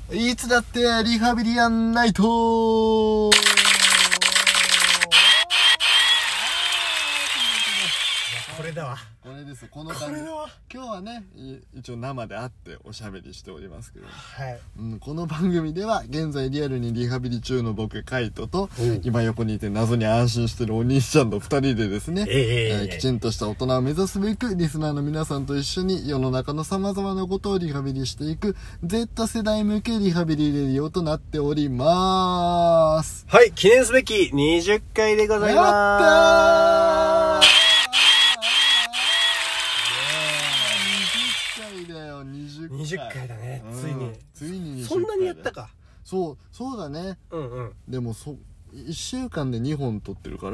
いつだってリハビリやんないとこれだわ。 これです。この感じ。今日はね、一応生で会っておしゃべりしておりますけど、 はい。 この番組では現在リアルにリハビリ中の僕カイトと、今横にいて謎に安心してるお兄ちゃんの2人でですね、きちんとした大人を目指すべくリスナーの皆さんと一緒に世の中の様々なことをリハビリしていく Z 世代向けリハビリレディオとなっております。 はい、記念すべき20回でございます。20回だね、ついに20回。そんなにやったか。 そうだね。でも1週間で2本撮ってるから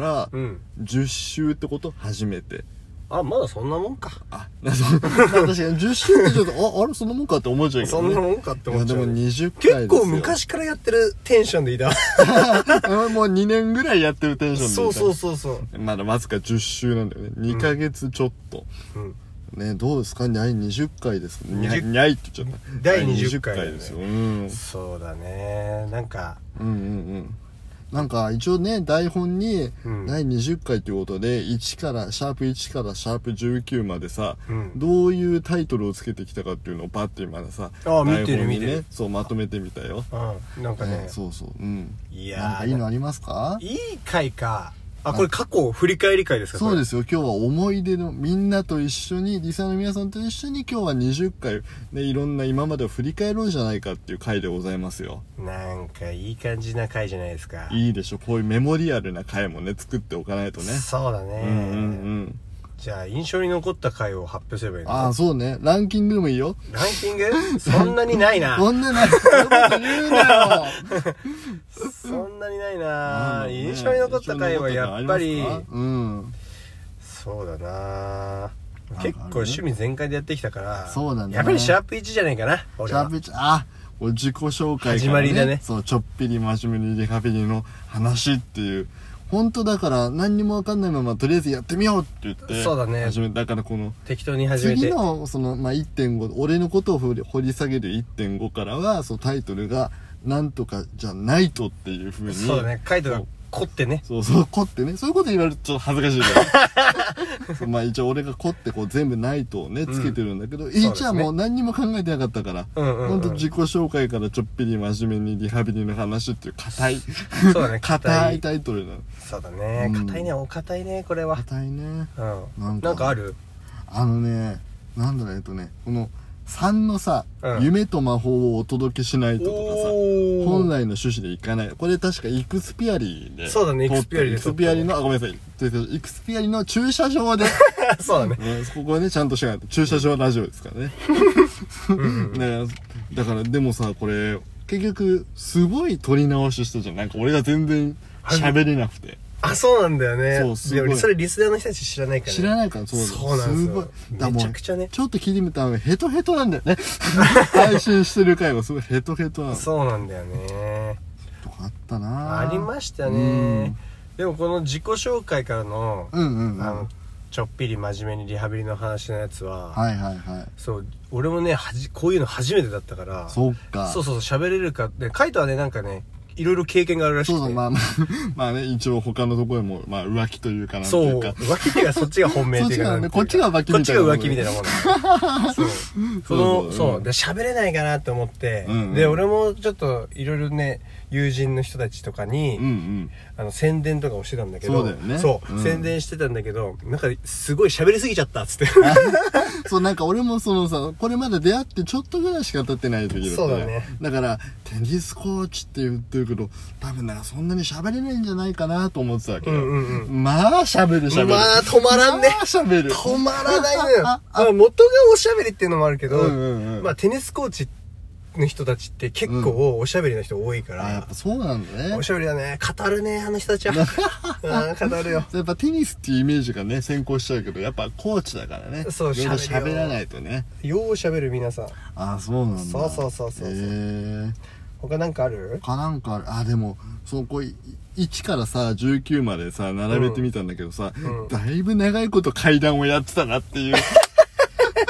、10週ってこと？初めて。 あ、まだそんなもんか。 確かに10週ってちょっとあれそんなもんかって思っちゃうけどね。 そんなもんかって思っちゃう。 でも20回ですよ。結構昔からやってるテンションでいた。 もう2年ぐらいやってるテンションでいた。 そうまだわずか10週なんだよね。2ヶ月ちょっと。ね、どうですか？第20回です。にゃいって言っちゃった。 第20回ですよ。 そうだね。なんかなんか一応ね、台本に第20回ということで1からシャープ1からシャープ19までさ、どういうタイトルをつけてきたかっていうのをパッて今さ、 見てる見てる。 そうまとめてみたよ。 なんかね、 そう。 いやなんかいいのありますか？ いい回か。これ過去振り返り会ですか？ そうですよ。今日は思い出のみんなと一緒に、リサの皆さんと一緒に今日は20回ね、いろんな今までを振り返ろうじゃないかっていう回でございますよ。 なんかいい感じな回じゃないですか。 いいでしょ。こういうメモリアルな回もね、作っておかないとね。 そうだね。じゃあ印象に残った回を発表すればいいの？ そうね。ランキングでもいいよ。 ランキング？そんなにないな。 そんなない。そういうこと言うなよ。 そんなにないな。印象に残った回はやっぱり、そうだな。結構趣味全開でやってきたから、 そうだね。 やっぱりシャープ1じゃないかな。 シャープ1、自己紹介からね。 始まりだね。 そう、ちょっぴり真面目にリハビリの話っていう。本当だから何にも分かんないままとりあえずやってみようって言ってそうだね。 だからこの適当に始めて次のその1.5 俺のことを掘り下げる 1.5 からはそのタイトルがなんとかじゃないとっていう風にそうだね。カイトが凝ってね。 そう凝ってね。そういうこと言われるとちょっと恥ずかしいから一応俺が凝ってこう全部ないとねつけてるんだけど、じゃあもう何にも考えてなかったからほんと自己紹介からちょっぴり真面目にリハビリの話っていう硬いそうだね。 硬いタイトルなの。 そうだね。硬いね。お硬いねこれは。 硬いね。 なんかある？ なんだろうこの3のさ、夢と魔法をお届けしないととかさ、本来の趣旨でいかない。これ確かイクスピアリで。 そうだね、イクスピアリで。 イクスピアリの、ごめんなさい。イクスピアリの駐車場で。 そうだね。 ここはね、ちゃんとしないと。駐車場ラジオですからね。だから、でもさ、これ、結局、すごい撮り直ししたじゃん。なんか俺が全然喋れなくて。 そうなんだよね。 そう、すごい。 それリスナーの人たち知らないからね。 知らないから、そうなんですよ。めちゃくちゃね。 ちょっと聞いてみたらヘトヘトなんだよね。配信してる回がすごいヘトヘトなの。 そうなんだよね。 とかあったな。 ありましたね。でもこの自己紹介からの、ちょっぴり真面目にリハビリの話のやつは、そう、俺もね、こういうの初めてだったから、 そうか。 そう、喋れるか。で、カイトはね、なんかね、いろいろ経験があるらしくて。 そうまあね、一応他のところも、浮気というかなんていうか。 そう、浮気っていうかそっちが本命っていうか。 こっちが浮気みたいな。 こっちが浮気みたいなもんだ。そう。で、喋れないかなって思って、で、俺もちょっといろいろね、友人の人たちとかに、宣伝とかをしてたんだけど、 そうだよね。 そう、宣伝してたんだけど、なんかすごい喋りすぎちゃったっつって。 そう、なんか俺もそのさ、これまで出会ってちょっとぐらいしか経ってない時だった。 そうだね。 だから、テニスコーチって言ってるけど、多分なんかそんなに喋れないんじゃないかなと思ってたわけよ。まあ喋る。 まあ止まらんね。 喋る。 止まらないのよ。元がおしゃべりっていうのもあるけど、テニスコーチの人たちって結構おしゃべりの人多いから、 やっぱそうなんだね。 おしゃべりだね。語るね、あの人たちは。語るよ。 やっぱテニスっていうイメージがね、先行しちゃうけど、やっぱコーチだからね。 そう、 喋らないとね。 ようしゃべる皆さん。 そうなんだ。 そう。他なんかある？ でも、1からさ、19までさ、並べてみたんだけどさ、だいぶ長いこと階段をやってたなっていう。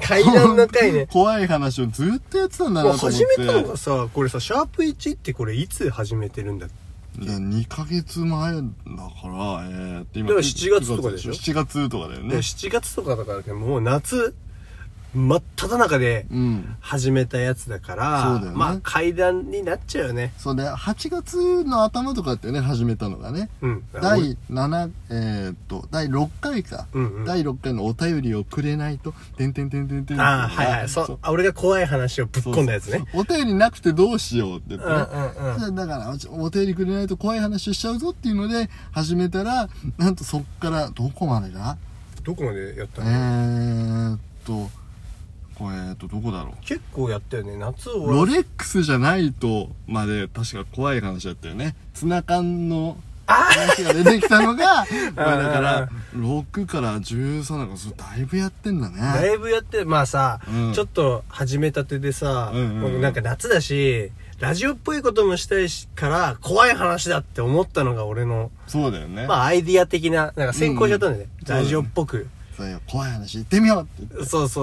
階段の回ね。 怖い話をずっとやってたんだなと思って。 始めたのがさ、これさ、シャープ1ってこれいつ始めてるんだっけ？ 2ヶ月前だから、 今。だから7月とかでしょ？ 7月とかだよね。 7月とかだからもう夏、真っ只中で始めたやつだから、そうだよね、まあ階段になっちゃうよね。 そうで、8月の頭とかってね、始めたのがね、第6回か、第6回のお便りをくれないと、てんてんてんてんてん。 ああ、はいはい。そう。俺が怖い話をぶっ込んだやつね。 お便りなくてどうしようって言ってね。だから、お便りくれないと怖い話をしちゃうぞっていうので、始めたら、なんとそっから、どこまでだ？ どこまでやったの？ どこだろう。 結構やったよね。夏をロレックスじゃないとまで確か怖い話だったよね。ツナ缶の話が出てきたのがまあだから6から13なんかだいぶやってんだね。 だいぶやってまあさ、ちょっと始めたてでさ、なんか夏だしラジオっぽいこともしたいから怖い話だって思ったのが俺のそうだよね。 まあアイディア的ななんか先行しちゃったんだよね、ラジオっぽく。 そうよ、怖い話言ってみようって言って。 そう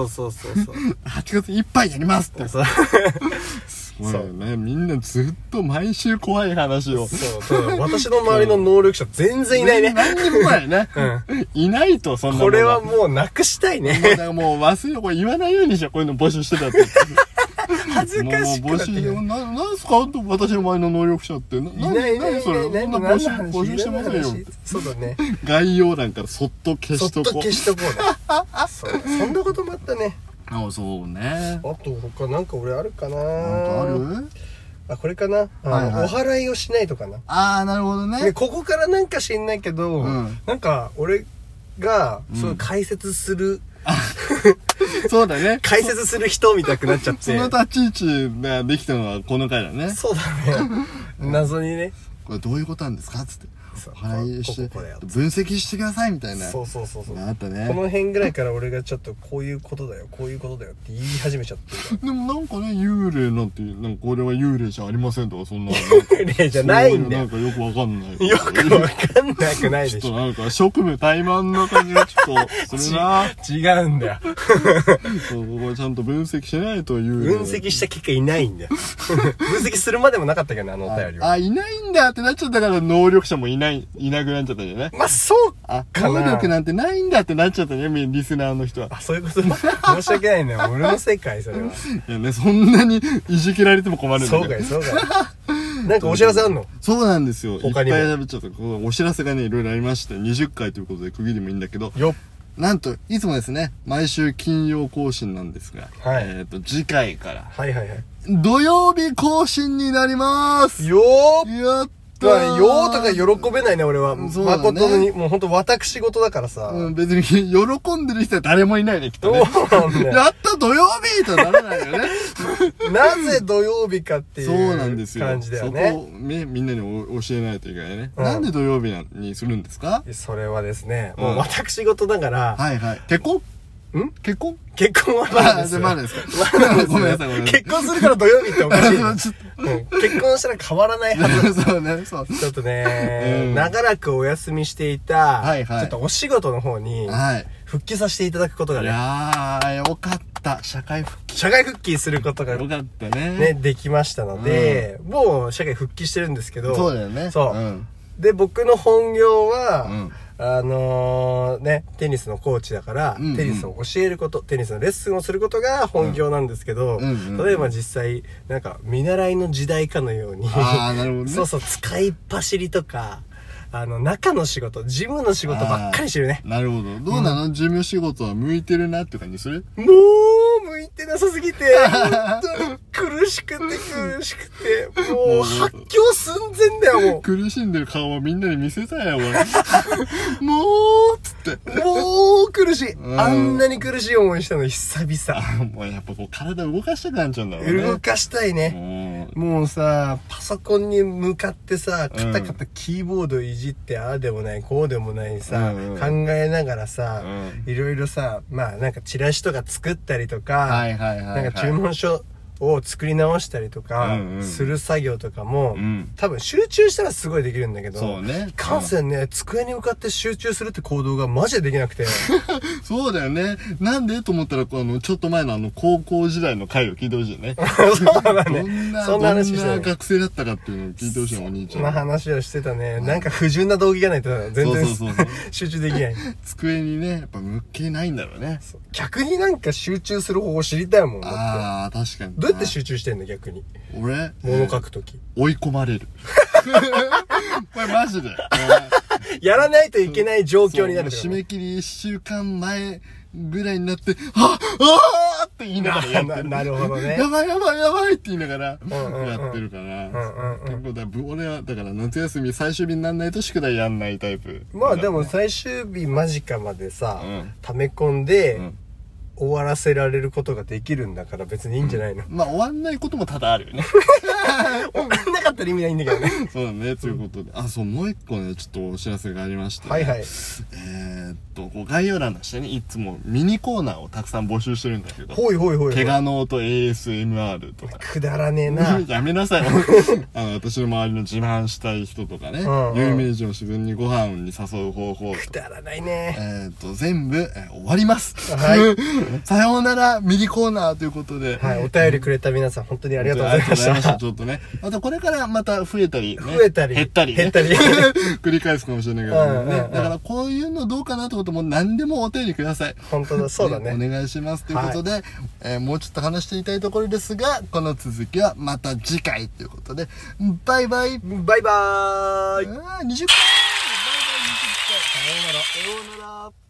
8月いっぱいやりますって。そうよね。みんなずっと毎週怖い話を。 そう私の周りの能力者全然いないね。 何にもないね。いないと、そんなもの。 これはもうなくしたいね。 もう忘れよ、これ言わないようにしよう。こういうの募集してたって。 恥ずかしくなってくる。なんすか私の周りの能力者って。いないそれ。そんな募集してませんよ。 そうだね。 概要欄からそっと消しとこう。 そっと消しとこうね。そんなこともあったね。 そうね。 あと他なんか俺あるかな。 なんかある？ これかな。お祓いをしないとかな。 ああ、なるほどね。 ここからなんか知んないけど、なんか俺がそう解説する。 そうだね。 解説する人みたくなっちゃって。 その立ち位置ができたのはこの回だね。 そうだね。謎にね。 これどういうことなんですかつって。お祓いして分析してくださいみたいな。 そうあったね。 この辺ぐらいから俺がちょっとこういうことだよって言い始めちゃってでもなんかね、幽霊なんてなんかこれは幽霊じゃありませんとかそんな幽霊じゃないんだよ。 なんかよくわかんない。 よくわかんなくないでしょ。 ちょっとなんか職務怠慢な感じがちょっとするな。 違うんだよ。 そうここちゃんと分析しないと幽霊。 分析した結果いないんだよ。分析するまでもなかったけどね、あのお便りは。 いないんだってなっちゃったから能力者もいなくなっちゃったんじゃない？ まあそうかな。 能力なんてないんだってなっちゃったね、リスナーの人は。 そういうこと申し訳ないね。俺の世界それは。 いやね、そんなにいじけられても困るんだけど。 そうかい。なんかお知らせあんの？ そうなんですよ。 他にも。 いっぱい喋っちゃった。お知らせがね、いろいろありまして、20回ということで区切りもいいんだけど。なんと、いつもですね、毎週金曜更新なんですが、次回から、土曜日更新になります。 よーよーとか喜べないね、俺は。誠に、もうほんと私事だからさ。 別に喜んでる人は誰もいないね、きっとね。やった土曜日とならないよね。 なぜ土曜日かっていう感じだよね。 そこをみんなに教えないといけないね。なんで土曜日にするんですか？ それはですね、もう私事だから。 結婚結婚はまだです。 まだですか？ ごめんなさい。結婚するから土曜日っておかしい。結婚したら変わらないはず。 そうね、そう。 ちょっとね、長らくお休みしていた、ちょっとお仕事の方に、復帰させていただくことがね。 いやー、よかった。社会復帰することが、 よかったね。 できましたので、もう社会復帰してるんですけど、 そうだよね。 そう。で、僕の本業は、テニスのコーチだから、テニスを教えること、テニスのレッスンをすることが本業なんですけど、例えば実際、なんか、見習いの時代かのように、 なるほどね。 そう、使いっ走りとか、中の仕事、事務の仕事ばっかりしてるね。 なるほど。どうなの？事務仕事は向いてるなって感じする？ もう、向いてなさすぎて、本当に苦しくて、もう、発狂寸前だよ、もう。 苦しんでる顔をみんなに見せたいよ、俺。もう、つって。 もう、苦しい。あんなに苦しい思いしたの、久々。 もうやっぱこう、体動かしたくなっちゃうんだろうね。 動かしたいね。もうさ、パソコンに向かってさ、カタカタキーボードいじって、ああでもない、こうでもないさ、考えながらさ、いろいろさ、まあなんかチラシとか作ったりとか、なんか注文書を作り直したりとかする作業とかも、多分集中したらすごいできるんだけど、 そうね。 いかんせんね、机に向かって集中するって行動がマジでできなくて。 そうだよね。なんでと思ったら、ちょっと前の高校時代の回を聞いてほしいね。 そうだね。 どんな学生だったかっていうのを聞いてほしい、お兄ちゃん。 そんな話をしてたね。なんか不純な動機がないと全然集中できない。 机にね、やっぱ向けないんだろうね。 逆になんか集中する方法知りたいもん。 ああ、確かに。 どうやって集中してんの逆に。 俺物書くとき。 追い込まれる。これマジで。 やらないといけない状況になる。 締め切り1週間前ぐらいになって、って言いながらやってる。 なるほどね。 やばいって言いながらやってるから。俺はだから夏休み最終日にならないと宿題やんないタイプ。 まあでも最終日間近までさ、溜め込んで、終わらせられることができるんだから別にいいんじゃないの。 まあ終わんないことも多々あるよね。 終わんなかったら意味ないんだけどね。 そうだね、ということで。そう、もう一個ね、ちょっとお知らせがありまして。 はいはい。 概要欄の下にいつもミニコーナーをたくさん募集してるんだけど。 ほい。 怪我の音 ASMR とか。 くだらねえな。 やめなさい。私の周りの自慢したい人とかね、有名人を自分にご飯に誘う方法。 くだらないね。 全部終わります。 はい。 さようならミニコーナーということで。 はい、お便りくれた皆さん本当にありがとうございました。 ちょっとね、またこれからまた増えたり、 減ったり。 繰り返すかもしれないけどね。だからこういうのどうかなってことも何でもお便りください。 本当だ、そうだね。 お願いしますということで、もうちょっと話してみたいところですが、この続きはまた次回ということで、バイバイ。 バイバーイ。 20回。バイバイ20回。 さようなら。 さようなら。